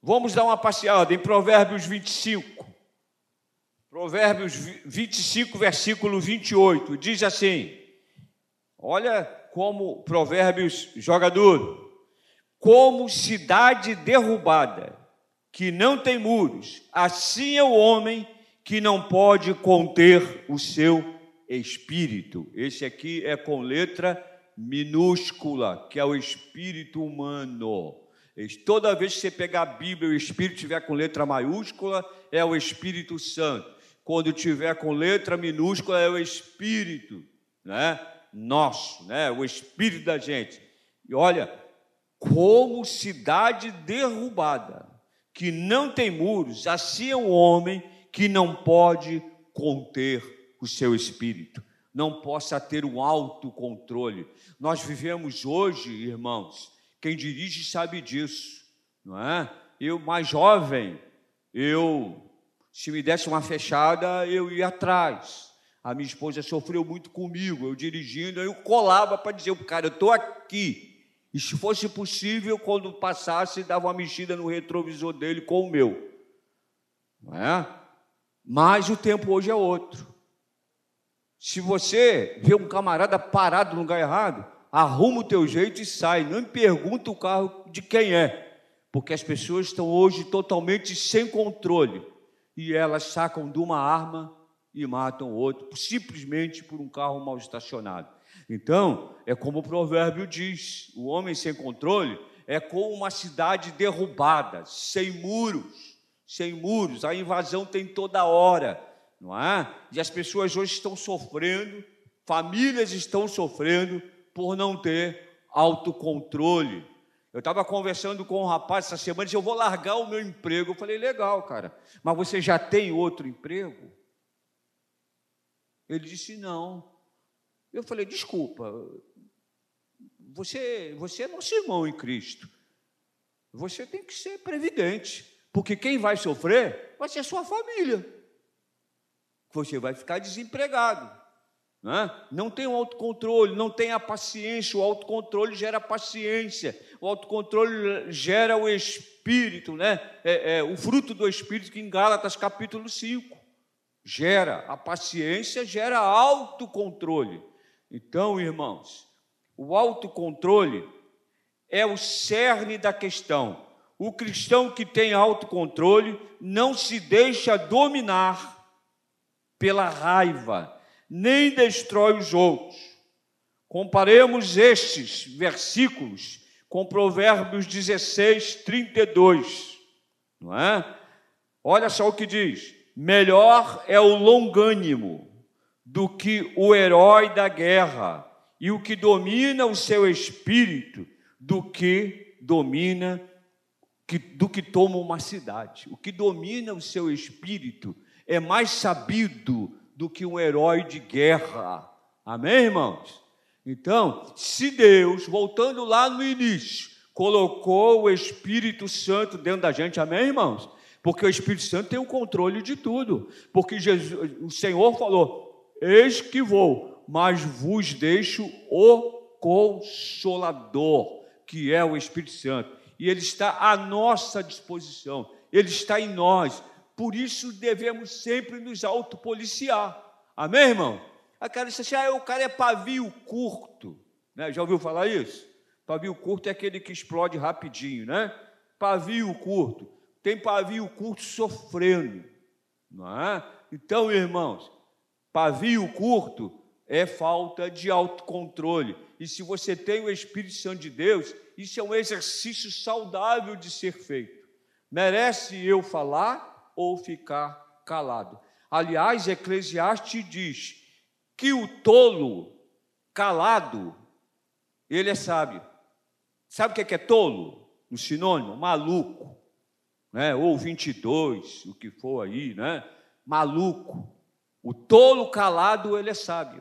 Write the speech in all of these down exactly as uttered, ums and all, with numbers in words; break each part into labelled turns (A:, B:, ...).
A: Vamos dar uma passeada em Provérbios vinte e cinco. Provérbios vinte e cinco, versículo vinte e oito, diz assim, olha como Provérbios joga duro. Como cidade derrubada, que não tem muros, assim é o homem que não pode conter o seu espírito. Esse aqui é com letra minúscula, que é o espírito humano. Toda vez que você pegar a Bíblia e o espírito tiver com letra maiúscula, é o Espírito Santo. Quando tiver com letra minúscula, é o espírito, né? Nosso, né? O espírito da gente. E olha, como cidade derrubada, que não tem muros, assim é o homem que não pode conter o seu espírito, não possa ter um autocontrole. Nós vivemos hoje, irmãos, quem dirige sabe disso, não é? Eu, mais jovem, eu, se me desse uma fechada, eu ia atrás. A minha esposa sofreu muito comigo, eu dirigindo, eu colava para dizer, cara, eu estou aqui. E se fosse possível, quando passasse, dava uma mexida no retrovisor dele com o meu. Não é? Mas o tempo hoje é outro. Se você vê um camarada parado no lugar errado, arruma o teu jeito e sai. Não me pergunta o carro de quem é. Porque as pessoas estão hoje totalmente sem controle. E elas sacam de uma arma e matam o outro, simplesmente por um carro mal estacionado. Então, é como o provérbio diz, o homem sem controle é como uma cidade derrubada, sem muros, sem muros, a invasão tem toda hora, não é? E as pessoas hoje estão sofrendo, famílias estão sofrendo por não ter autocontrole. Eu estava conversando com um rapaz essa semana e disse, eu vou largar o meu emprego. Eu falei, legal, cara, mas você já tem outro emprego? Ele disse, não. Eu falei, desculpa, você, você é nosso irmão em Cristo, você tem que ser previdente, porque quem vai sofrer vai ser a sua família, você vai ficar desempregado, né? Não tem o autocontrole, não tem a paciência, o autocontrole gera paciência, o autocontrole gera o Espírito, né? é, é, o fruto do Espírito que em Gálatas capítulo cinco, gera a paciência, gera autocontrole. Então, irmãos, o autocontrole é o cerne da questão. O cristão que tem autocontrole não se deixa dominar pela raiva, nem destrói os outros. Comparemos estes versículos com Provérbios dezesseis, trinta e dois, não é? Olha só o que diz, melhor é o longânimo do que o herói da guerra, e o que domina o seu espírito, do que domina, que, do que toma uma cidade. O que domina o seu espírito é mais sabido do que um herói de guerra. Amém, irmãos? Então, se Deus, voltando lá no início, colocou o Espírito Santo dentro da gente, amém, irmãos? Porque o Espírito Santo tem o controle de tudo, porque Jesus, o Senhor falou, eis que vou, mas vos deixo o Consolador, que é o Espírito Santo, e Ele está à nossa disposição, Ele está em nós, por isso devemos sempre nos autopoliciar, amém, irmão? A cara disse assim, ah, o cara é pavio curto, né? Já ouviu falar isso? Pavio curto é aquele que explode rapidinho, né? Pavio curto, tem pavio curto sofrendo, não é? Então, irmãos, pavio curto é falta de autocontrole. E se você tem o Espírito Santo de Deus, isso é um exercício saudável de ser feito. Merece eu falar ou ficar calado? Aliás, Eclesiastes diz que o tolo calado, ele é sábio. Sabe o que é tolo? No sinônimo, maluco, né? Ou vinte e dois, o que for aí, né? Maluco. O tolo calado, ele é sábio.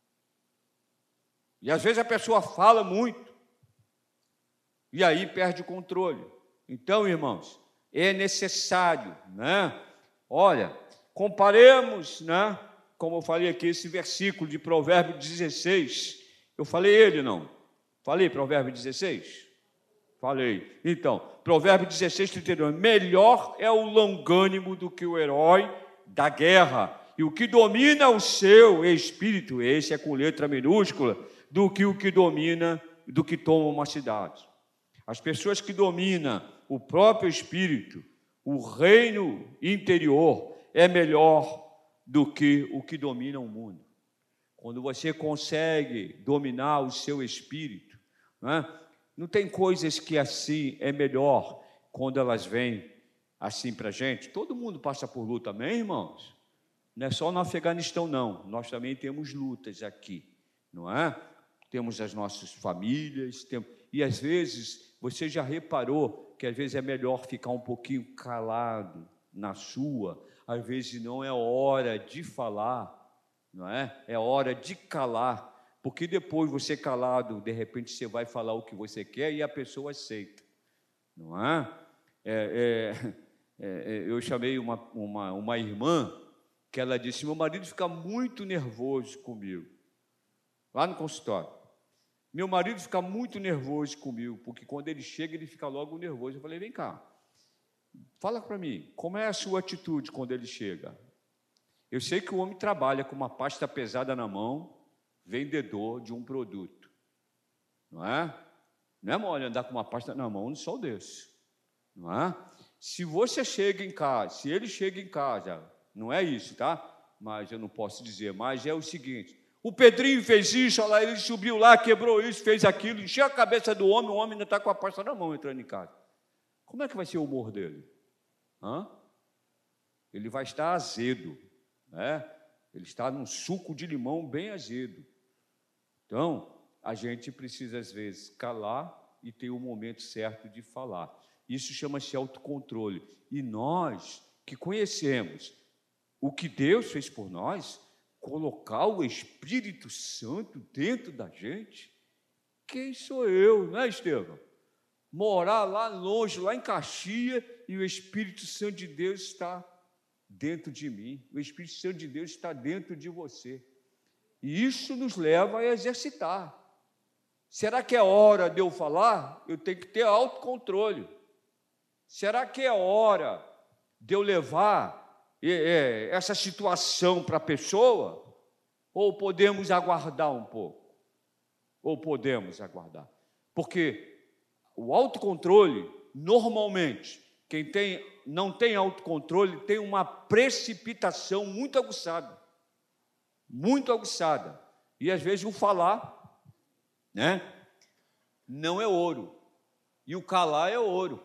A: E às vezes a pessoa fala muito, e aí perde o controle. Então, irmãos, é necessário, né? Olha, comparemos, né? Como eu falei aqui, esse versículo de Provérbios dezesseis, eu falei ele, não? Falei Provérbios dezesseis? Falei. Então, Provérbio dezesseis, trinta e dois. Melhor é o longânimo do que o herói da guerra, e o que domina o seu espírito, esse é com letra minúscula, do que o que domina, do que toma uma cidade. As pessoas que dominam o próprio espírito, o reino interior, é melhor do que o que domina o mundo. Quando você consegue dominar o seu espírito, né? Não tem coisas que assim é melhor quando elas vêm assim para a gente. Todo mundo passa por luta, amém, irmãos? Não é só no Afeganistão, não. Nós também temos lutas aqui, não é? Temos as nossas famílias, temos... e às vezes, você já reparou que às vezes é melhor ficar um pouquinho calado na sua, às vezes não é hora de falar, não é? É hora de calar, porque depois você calado, de repente você vai falar o que você quer e a pessoa aceita, não é? é, é, é eu chamei uma, uma, uma irmã que ela disse, meu marido fica muito nervoso comigo, lá no consultório. Meu marido fica muito nervoso comigo, porque quando ele chega, ele fica logo nervoso. Eu falei, vem cá, fala para mim, como é a sua atitude quando ele chega? Eu sei que o homem trabalha com uma pasta pesada na mão, vendedor de um produto, não é? Não é mole andar com uma pasta na mão no sol desse, não é? Se você chega em casa, se ele chega em casa, não é isso, tá? Mas eu não posso dizer, mas é o seguinte, o Pedrinho fez isso, olha lá, ele subiu lá, quebrou isso, fez aquilo, encheu a cabeça do homem, o homem ainda está com a pasta na mão entrando em casa. Como é que vai ser o humor dele? Hã? Ele vai estar azedo, né? Ele está num suco de limão bem azedo. Então, a gente precisa, às vezes, calar e ter o momento certo de falar. Isso chama-se autocontrole. E nós, que conhecemos o que Deus fez por nós, colocar o Espírito Santo dentro da gente, quem sou eu, não é, Estevão? Morar lá longe, lá em Caxias, e o Espírito Santo de Deus está dentro de mim, o Espírito Santo de Deus está dentro de você. E isso nos leva a exercitar. Será que é hora de eu falar? Eu tenho que ter autocontrole. Será que é hora de eu levar é, é, essa situação para a pessoa? Ou podemos aguardar um pouco? Ou podemos aguardar? Porque o autocontrole, normalmente, quem tem, não tem autocontrole, tem uma precipitação muito aguçada. Muito aguçada. E, às vezes, o falar, né, não é ouro. E o calar é ouro.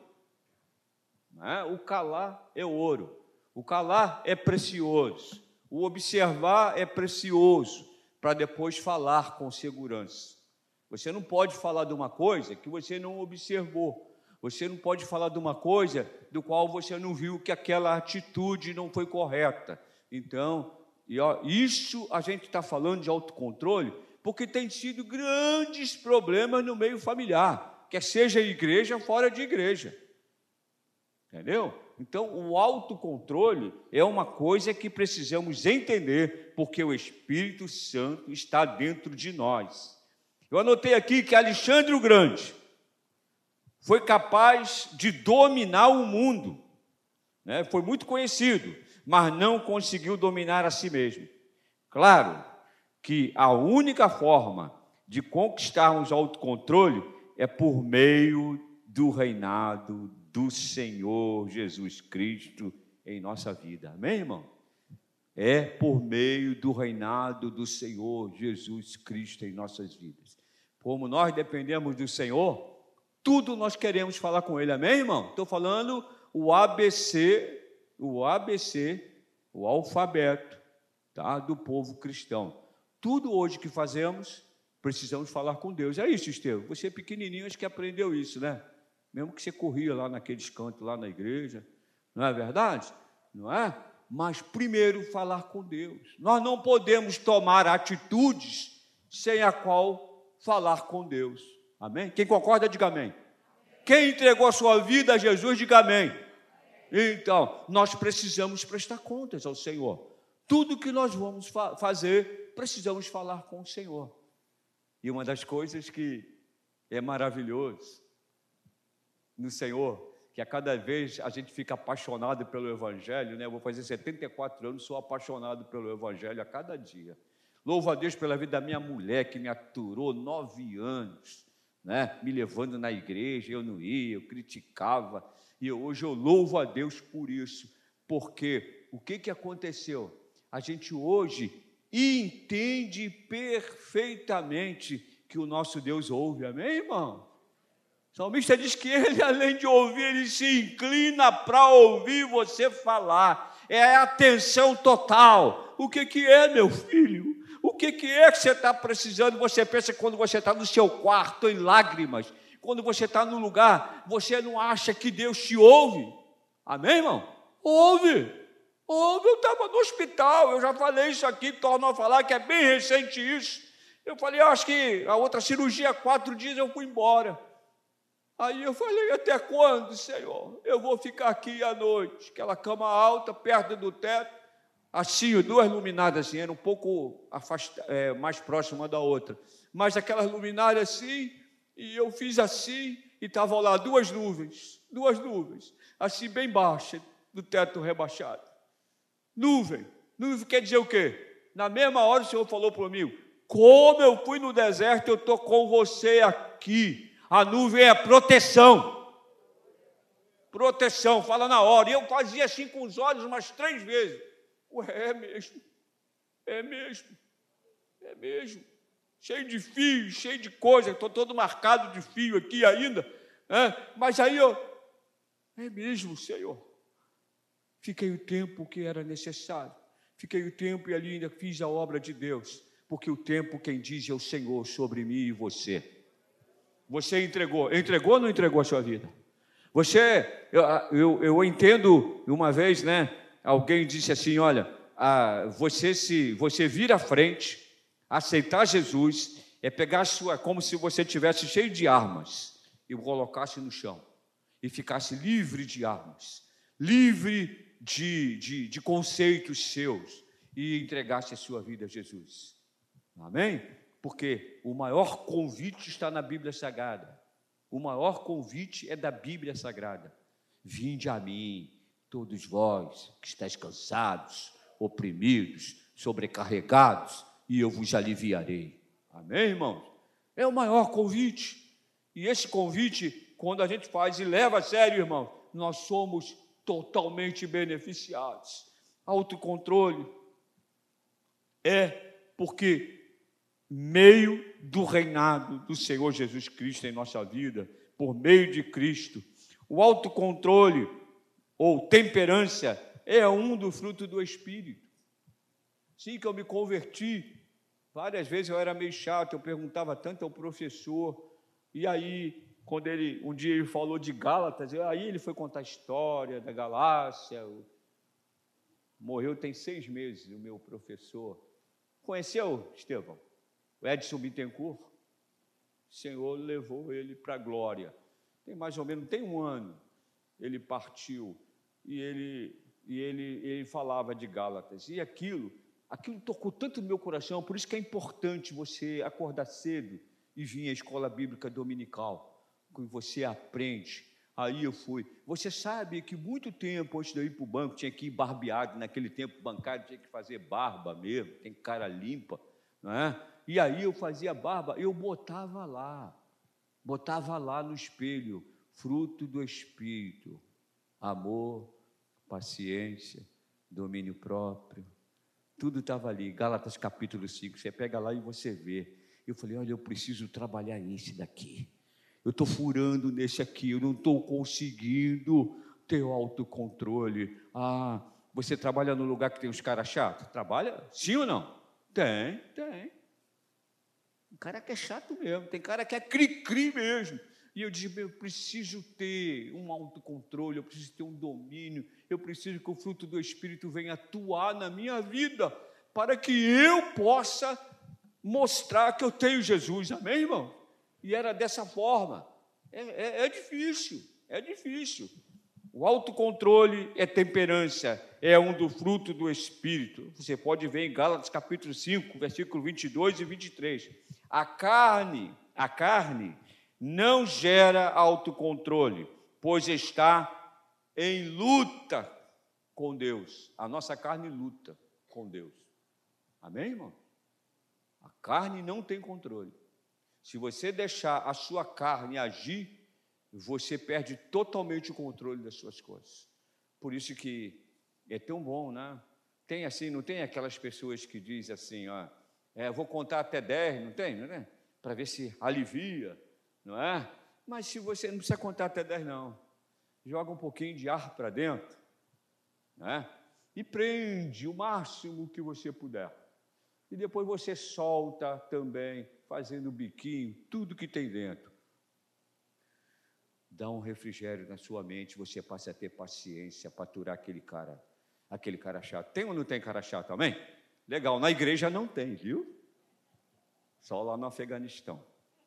A: Né? O calar é ouro. O calar é precioso. O observar é precioso, para depois falar com segurança. Você não pode falar de uma coisa que você não observou. Você não pode falar de uma coisa do qual você não viu que aquela atitude não foi correta. Então, e ó, isso a gente está falando de autocontrole, porque tem sido grandes problemas no meio familiar, quer seja igreja, fora de igreja. Entendeu? Então, o autocontrole é uma coisa que precisamos entender, porque o Espírito Santo está dentro de nós. Eu anotei aqui que Alexandre o Grande foi capaz de dominar o mundo, né? Foi muito conhecido, mas não conseguiu dominar a si mesmo. Claro que a única forma de conquistarmos o autocontrole é por meio do reinado do Senhor Jesus Cristo em nossa vida. Amém, irmão? É por meio do reinado do Senhor Jesus Cristo em nossas vidas. Como nós dependemos do Senhor, tudo nós queremos falar com Ele. Amém, irmão? Estou falando o A B C, o A B C, o alfabeto, tá, do povo cristão. Tudo hoje que fazemos, precisamos falar com Deus. É isso, Estevão. Você é pequenininho, acho que aprendeu isso, né? Mesmo que você corria lá naqueles cantos, lá na igreja. Não é verdade? Não é? Mas primeiro falar com Deus. Nós não podemos tomar atitudes sem a qual falar com Deus. Amém? Quem concorda, diga amém. Quem entregou a sua vida a Jesus, diga amém. Então, nós precisamos prestar contas ao Senhor. Tudo que nós vamos fa- fazer, precisamos falar com o Senhor. E uma das coisas que é maravilhoso no Senhor, que a cada vez a gente fica apaixonado pelo Evangelho, né? Eu vou fazer setenta e quatro anos, sou apaixonado pelo Evangelho a cada dia. Louvo a Deus pela vida da minha mulher, que me aturou nove anos, né? Me levando na igreja, eu não ia, eu criticava, e hoje eu louvo a Deus por isso, porque o que, que aconteceu? A gente hoje entende perfeitamente que o nosso Deus ouve, amém, irmão? O salmista diz que ele, além de ouvir, ele se inclina para ouvir você falar. É atenção total. O que, que é, meu filho? O que, que é que você está precisando? Você pensa que quando você está no seu quarto em lágrimas, quando você está no lugar, você não acha que Deus te ouve? Amém, irmão? Ouve. Ouve. Eu estava no hospital, eu já falei isso aqui, torno a falar que é bem recente isso. Eu falei, eu acho que a outra cirurgia, quatro dias eu fui embora. Aí eu falei, até quando, Senhor? Eu vou ficar aqui à noite, aquela cama alta, perto do teto, assim, duas luminárias assim, era um pouco afasta, é, mais próxima uma da outra, mas aquelas luminárias assim, e eu fiz assim, e estavam lá duas nuvens, duas nuvens, assim bem baixas, do teto rebaixado. Nuvem, nuvem quer dizer o quê? Na mesma hora o Senhor falou para mim, como eu fui no deserto, eu estou com você aqui. A nuvem é proteção. Proteção, fala na hora. E eu fazia assim com os olhos umas três vezes. Ué, é mesmo. É mesmo. É mesmo. Cheio de fio, cheio de coisa. Estou todo marcado de fio aqui ainda. Né? Mas aí eu... É mesmo, Senhor. Fiquei o tempo que era necessário. Fiquei o tempo e ali ainda fiz a obra de Deus. Porque o tempo quem diz é o Senhor sobre mim e você. Você entregou, entregou ou não entregou a sua vida? Você, eu, eu, eu entendo, uma vez, né, alguém disse assim, olha, ah, você, se, você vir à frente, aceitar Jesus, é pegar a sua, como se você tivesse cheio de armas, e o colocasse no chão, e ficasse livre de armas, livre de, de, de conceitos seus, e entregasse a sua vida a Jesus. Amém? Porque o maior convite está na Bíblia Sagrada. O maior convite é da Bíblia Sagrada. Vinde a mim, todos vós que estáis cansados, oprimidos, sobrecarregados, e eu vos aliviarei. Amém, irmãos? É o maior convite. E esse convite, quando a gente faz e leva a sério, irmão, nós somos totalmente beneficiados. Autocontrole é porque meio do reinado do Senhor Jesus Cristo em nossa vida, por meio de Cristo. O autocontrole ou temperança é um do fruto do Espírito. Sim, que eu me converti, várias vezes eu era meio chato, eu perguntava tanto ao professor, e aí, quando ele, um dia ele falou de Gálatas, aí ele foi contar a história da Galácia, morreu tem seis meses o meu professor. Conheceu, Estevão? O Edson Bittencourt, o Senhor levou ele para a glória. Tem mais ou menos, tem um ano, ele partiu, e ele, e ele, ele falava de Gálatas, e aquilo, aquilo tocou tanto no meu coração, por isso que é importante você acordar cedo e vir à escola bíblica dominical, que você aprende. Aí eu fui. Você sabe que muito tempo, antes de eu ir para o banco, tinha que ir barbeado, naquele tempo bancário tinha que fazer barba mesmo, tem cara limpa, não é? E aí eu fazia barba, eu botava lá, botava lá no espelho, fruto do Espírito, amor, paciência, domínio próprio, tudo estava ali, Gálatas capítulo cinco, você pega lá e você vê. Eu falei, olha, eu preciso trabalhar esse daqui, eu estou furando nesse aqui, eu não estou conseguindo ter o autocontrole. Ah, você trabalha no lugar que tem os caras chatos? Trabalha? Sim ou não? Tem, tem. O cara que é chato mesmo, tem cara que é cri-cri mesmo. E eu disse, eu preciso ter um autocontrole, eu preciso ter um domínio, eu preciso que o fruto do Espírito venha atuar na minha vida, para que eu possa mostrar que eu tenho Jesus, amém, irmão? E era dessa forma. É, é, é difícil, é difícil. O autocontrole é temperança, é um do fruto do Espírito. Você pode ver em Gálatas capítulo cinco, versículo vinte e dois e vinte e três. A carne, a carne não gera autocontrole, pois está em luta com Deus. A nossa carne luta com Deus. Amém, irmão? A carne não tem controle. Se você deixar a sua carne agir, você perde totalmente o controle das suas coisas. Por isso que é tão bom, né? Tem assim, não tem aquelas pessoas que dizem assim, ó, é, vou contar até dez, não tem, não é? Para ver se alivia, não é? Mas se você não precisa contar até dez, não. Joga um pouquinho de ar para dentro, né? E prende o máximo que você puder. E depois você solta também, fazendo o biquinho, tudo que tem dentro. Dá um refrigério na sua mente, você passa a ter paciência para aturar aquele cara, aquele cara chato. Tem ou não tem cara chato também? Legal, na igreja não tem, viu? Só lá no Afeganistão.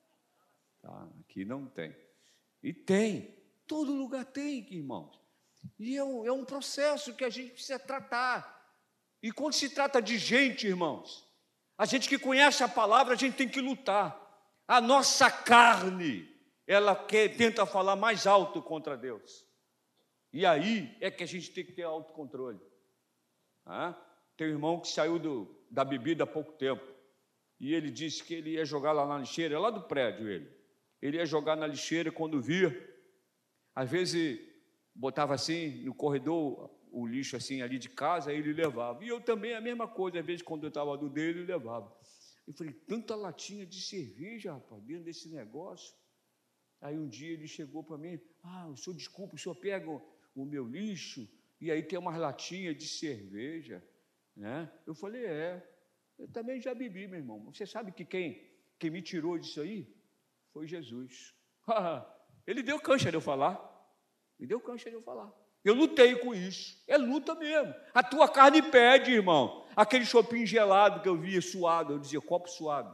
A: Tá? Aqui não tem. E tem, todo lugar tem, irmãos. E é um, é um processo que a gente precisa tratar. E quando se trata de gente, irmãos, a gente que conhece a palavra, a gente tem que lutar. A nossa carne, ela quer, tenta falar mais alto contra Deus. E aí é que a gente tem que ter autocontrole. Ah, tem um irmão que saiu do, da bebida há pouco tempo. E ele disse que ele ia jogar lá na lixeira, lá do prédio ele. Ele ia jogar na lixeira quando via. Às vezes botava assim no corredor o lixo assim ali de casa, aí ele levava. E eu também a mesma coisa, às vezes quando eu estava do dele, ele levava. Eu falei, tanta latinha de cerveja, rapaz, dentro desse negócio. Aí um dia ele chegou para mim, ah, o senhor, desculpa, o senhor pega o, o meu lixo e aí tem umas latinhas de cerveja, né? Eu falei, é, eu também já bebi, meu irmão. Você sabe que quem, quem me tirou disso aí foi Jesus. Ele deu cancha de eu falar, me deu cancha de eu falar. Eu lutei com isso, é luta mesmo. A tua carne pede, irmão. Aquele chopinho gelado que eu via suado, eu dizia, copo suado.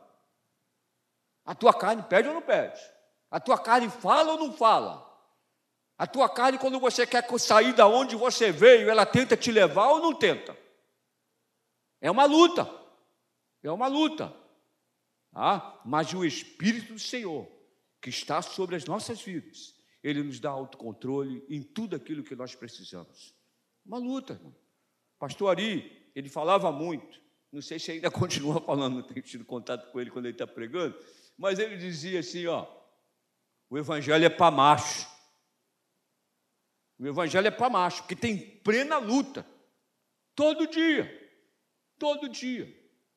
A: A tua carne pede ou não pede? A tua carne fala ou não fala? A tua carne, quando você quer sair da onde você veio, ela tenta te levar ou não tenta? É uma luta, é uma luta. Ah, mas o Espírito do Senhor, que está sobre as nossas vidas, Ele nos dá autocontrole em tudo aquilo que nós precisamos. Uma luta, irmão. Pastor Ari, ele falava muito, não sei se ainda continua falando, não tenho tido contato com ele quando ele está pregando, mas ele dizia assim, ó, o evangelho é para macho. O evangelho é para macho, porque tem plena luta, todo dia, todo dia.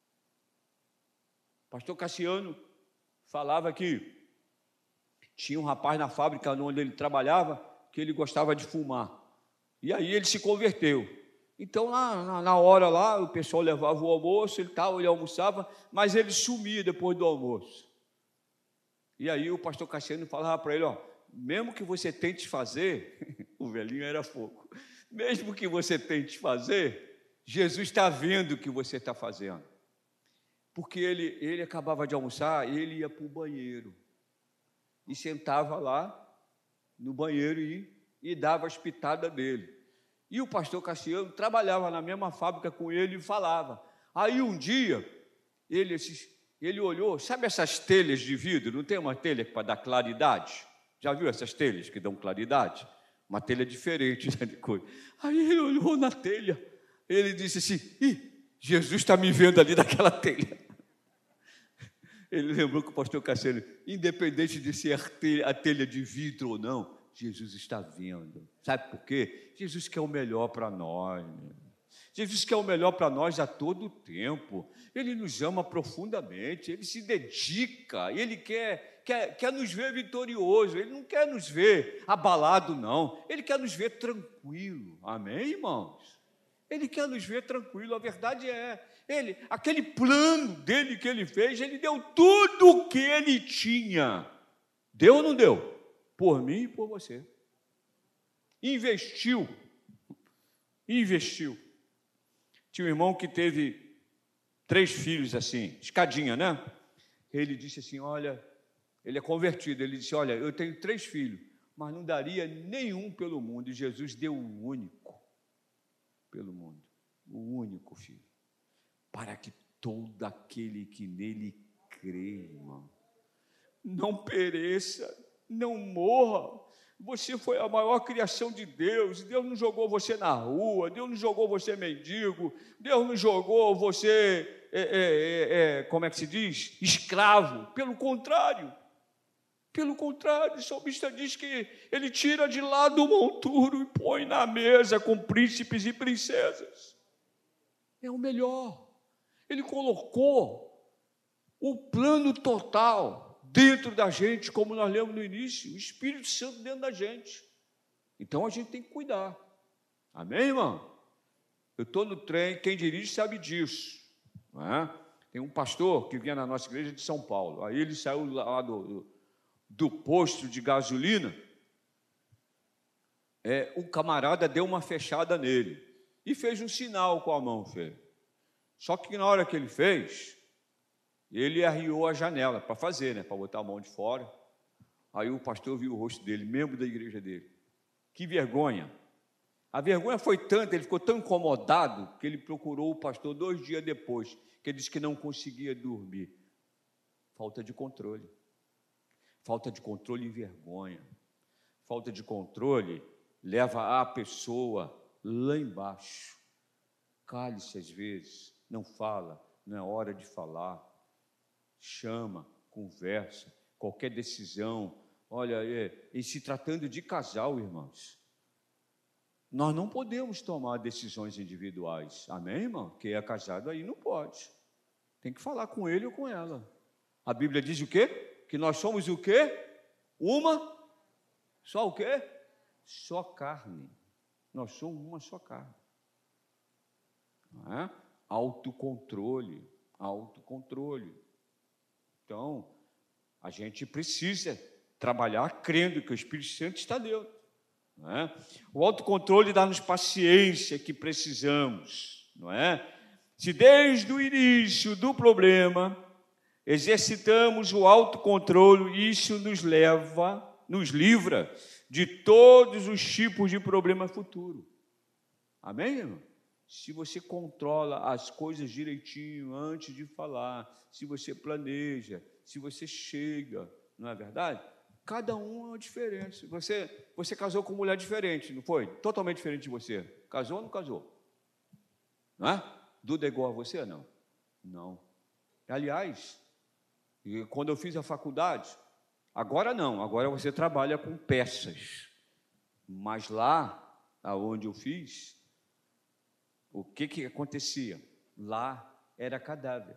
A: Pastor Cassiano falava que tinha um rapaz na fábrica onde ele trabalhava, que ele gostava de fumar, e aí ele se converteu. Então, na, na, na hora lá, o pessoal levava o almoço, ele, tal, ele almoçava, mas ele sumia depois do almoço. E aí o pastor Cassiano falava para ele, ó, mesmo que você tente fazer, o velhinho era fogo, mesmo que você tente fazer, Jesus está vendo o que você está fazendo. Porque ele, ele acabava de almoçar, ele ia para o banheiro, e sentava lá no banheiro e, e dava as pitadas dele. E o pastor Cassiano trabalhava na mesma fábrica com ele e falava. Aí um dia, ele, ele olhou, sabe essas telhas de vidro? Não tem uma telha para dar claridade? Já viu essas telhas que dão claridade? Uma telha diferente, né, de coisa. Aí ele olhou na telha, ele disse assim, ih, Jesus está me vendo ali naquela telha. Ele lembrou que o pastor Cassiano, independente de ser a telha, a telha de vidro ou não, Jesus está vendo. Sabe por quê? Jesus quer o melhor para nós. Jesus quer o melhor para nós a todo tempo. Ele nos ama profundamente, Ele se dedica, Ele quer, quer, quer nos ver vitorioso, Ele não quer nos ver abalado, não. Ele quer nos ver tranquilo. Amém, irmãos? Ele quer nos ver tranquilo, a verdade é, ele, aquele plano dele que ele fez, ele deu tudo o que ele tinha. Deu ou não deu? Por mim e por você. Investiu. Investiu. Tinha um irmão que teve três filhos assim, escadinha, né? Ele disse assim, olha, ele é convertido, ele disse, olha, eu tenho três filhos, mas não daria nenhum pelo mundo, e Jesus deu um único pelo mundo, o único filho, para que todo aquele que nele crê, irmão, não pereça, não morra, Você foi a maior criação de Deus. Deus não jogou você na rua, Deus não jogou você mendigo, Deus não jogou você, é, é, é, como é que se diz? Escravo. Pelo contrário, pelo contrário, o salmista diz que ele tira de lá do monturo e põe na mesa com príncipes e princesas. É o melhor. Ele colocou o plano total dentro da gente, como nós lemos no início, o Espírito Santo dentro da gente. Então a gente tem que cuidar. Amém, irmão? Eu estou no trem, quem dirige sabe disso. Não é? Tem um pastor que vinha na nossa igreja de São Paulo. Aí ele saiu lá do, do, do posto de gasolina. É, um camarada deu uma fechada nele e fez um sinal com a mão, fez. Só que na hora que ele fez, ele arriou a janela para fazer, né, para botar a mão de fora. Aí o pastor viu o rosto dele, membro da igreja dele. Que vergonha! A vergonha foi tanta, ele ficou tão incomodado que ele procurou o pastor dois dias depois, que ele disse que não conseguia dormir. Falta de controle. Falta de controle e vergonha. Falta de controle leva a pessoa lá embaixo. Cale-se às vezes, não fala, não é hora de falar. Chama, conversa, qualquer decisão. Olha, é, em se tratando de casal, irmãos, nós não podemos tomar decisões individuais. Amém, irmão? Quem é casado aí não pode. Tem que falar com ele ou com ela. A Bíblia diz o quê? Que nós somos o quê? Uma? Só o quê? Só carne. Nós somos uma só carne. Não é? Autocontrole. Autocontrole. Então, a gente precisa trabalhar crendo que o Espírito Santo está dentro. Não é? O autocontrole dá-nos paciência que precisamos, não é? Se desde o início do problema exercitamos o autocontrole, isso nos leva, nos livra de todos os tipos de problema futuro. Amém, irmão? Se você controla as coisas direitinho antes de falar, se você planeja, se você chega, não é verdade? Cada um é diferente. Você, você casou com uma mulher diferente, não foi? Totalmente diferente de você. Casou ou não casou? Não é? Duda é igual a você? Não. Não. Aliás, quando eu fiz a faculdade, agora não, agora você trabalha com peças. Mas lá, aonde eu fiz, o que, que acontecia? Lá era cadáver.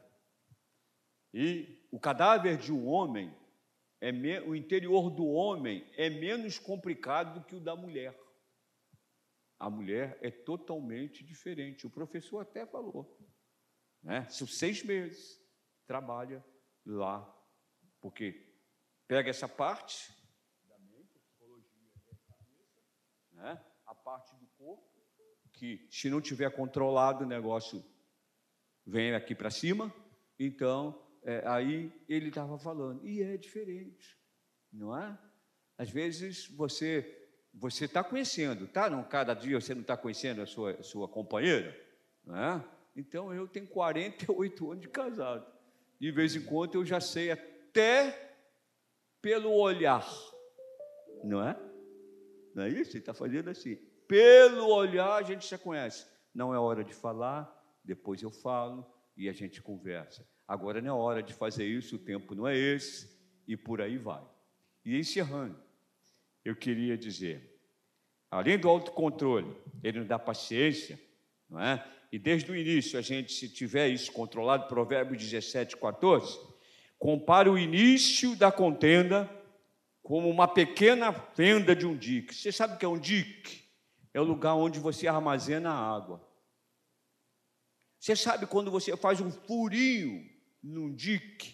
A: E o cadáver de um homem, é me... o interior do homem é menos complicado do que o da mulher. A mulher é totalmente diferente. O professor até falou, né? São seis meses, trabalha lá, porque pega essa parte da mente, a psicologia é a cabeça, né? A parte do corpo, que se não tiver controlado o negócio vem aqui para cima. Então, é, aí ele estava falando, e é diferente, não é? Às vezes você você está conhecendo, tá? Não, cada dia você não está conhecendo a sua, a sua companheira, não é? Então, eu tenho quarenta e oito anos de casado. De vez em quando eu já sei até pelo olhar, não é? Não é isso? Ele está fazendo assim. Pelo olhar a gente já conhece. Não é hora de falar, depois eu falo e a gente conversa. Agora não é hora de fazer isso, o tempo não é esse, e por aí vai. E encerrando, eu queria dizer, além do autocontrole, ele nos dá paciência, não é? E desde o início, a gente, se tiver isso controlado, Provérbios dezessete, quatorze, compara o início da contenda como uma pequena fenda de um dique. Você sabe o que é um dique? É o lugar onde você armazena a água. Você sabe quando você faz um furinho num dique,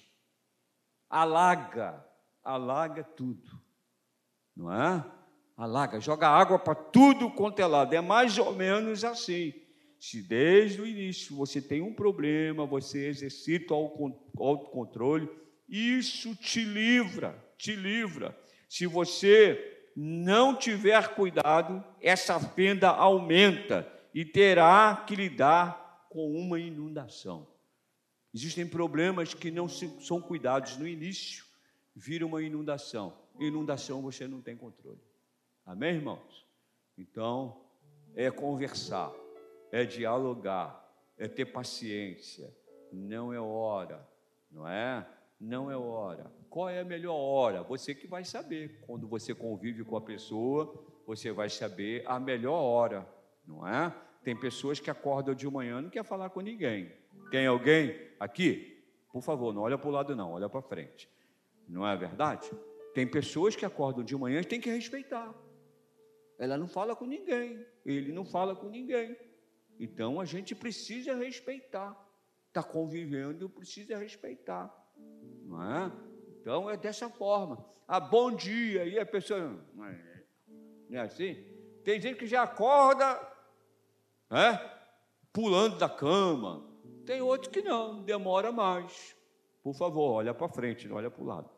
A: alaga, alaga tudo, não é? Alaga, joga água para tudo quanto é lado. É mais ou menos assim. Se desde o início você tem um problema, você exercita o autocontrole, isso te livra, te livra. Se você não tiver cuidado, essa fenda aumenta e terá que lidar com uma inundação. Existem problemas que não são cuidados no início, vira uma inundação. Inundação você não tem controle. Amém, irmãos? Então, é conversar, é dialogar, é ter paciência. Não é hora, não é? Não é hora. Qual é a melhor hora? Você que vai saber. Quando você convive com a pessoa, você vai saber a melhor hora, não é? Tem pessoas que acordam de manhã e não quer falar com ninguém. Tem alguém aqui? Por favor, não olha para o lado não, olha para frente. Não é verdade? Tem pessoas que acordam de manhã e tem que respeitar. Ela não fala com ninguém, ele não fala com ninguém. Então, a gente precisa respeitar. Está convivendo, precisa respeitar. Não é? Então, é dessa forma. Ah, bom dia. E a pessoa... Não é assim? Tem gente que já acorda, né, pulando da cama. Tem outro que não, demora mais. Por favor, olha para frente, não olha para o lado.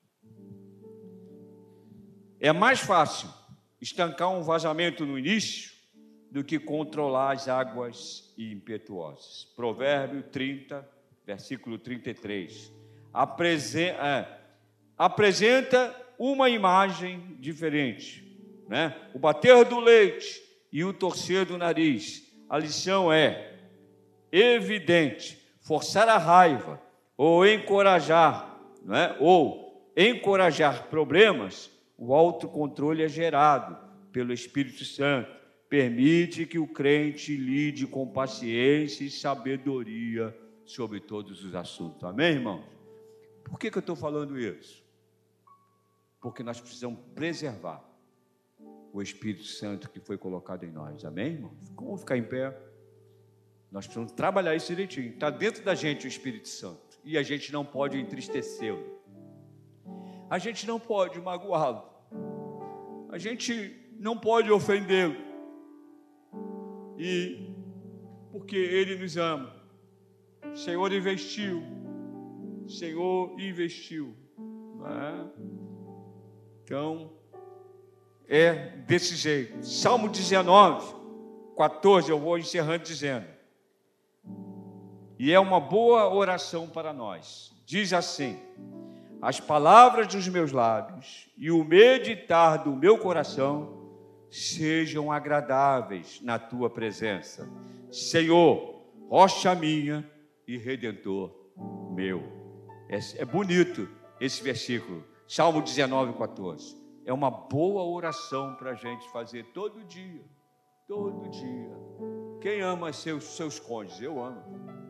A: É mais fácil estancar um vazamento no início do que controlar as águas impetuosas. Provérbio trinta, versículo trinta e três. Apresenta, é, apresenta uma imagem diferente, né? O bater do leite e o torcer do nariz. A lição é evidente. Forçar a raiva ou encorajar, né? ou encorajar problemas, o autocontrole é gerado pelo Espírito Santo. Permite que o crente lide com paciência e sabedoria sobre todos os assuntos. Amém, irmãos? Por que que eu estou falando isso? Porque nós precisamos preservar o Espírito Santo que foi colocado em nós. Amém, irmãos? Vamos ficar em pé. Nós precisamos trabalhar isso direitinho. Está dentro da gente o Espírito Santo. E a gente não pode entristecê-lo. A gente não pode magoá-lo. A gente não pode ofendê-lo. E porque Ele nos ama. O Senhor investiu. O Senhor investiu. Não é? Então, é desse jeito. Salmo dezenove, quatorze, eu vou encerrando dizendo. E é uma boa oração para nós. Diz assim: as palavras dos meus lábios e o meditar do meu coração sejam agradáveis na tua presença, Senhor, rocha minha e redentor meu. É, é bonito esse versículo, Salmo dezenove, quatorze. É uma boa oração para a gente fazer todo dia, todo dia. Quem ama seus, seus cônjuges? Eu amo.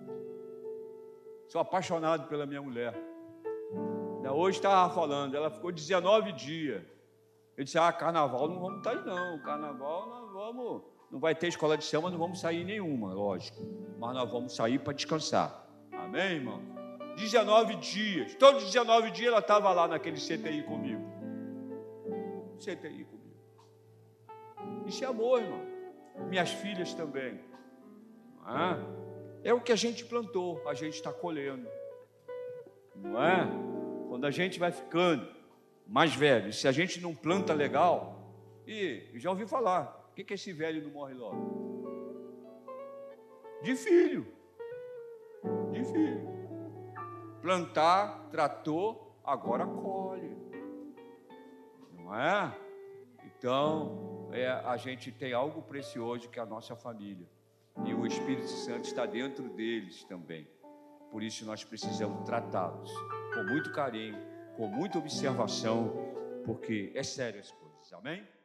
A: Sou apaixonado pela minha mulher. Hoje estava falando, ela ficou dezenove dias. Eu disse, ah, carnaval não vamos estar aí não, carnaval nós vamos, não vai ter escola de samba, não vamos sair nenhuma, lógico, mas nós vamos sair para descansar. Amém, irmão? dezenove dias, todos os dezenove dias ela estava lá naquele C T I comigo. C T I comigo. Isso é amor, irmão. Minhas filhas também. Ah, é o que a gente plantou, a gente está colhendo. Não é? Quando a gente vai ficando mais velho, se a gente não planta legal, e já ouvi falar, o que que esse velho não morre logo? De filho. De filho. Plantar, tratou, agora colhe. Não é? Então, é, a gente tem algo precioso que é a nossa família. E o Espírito Santo está dentro deles também. Por isso nós precisamos tratá-los com muito carinho, com muita observação, porque é sério as coisas. Amém?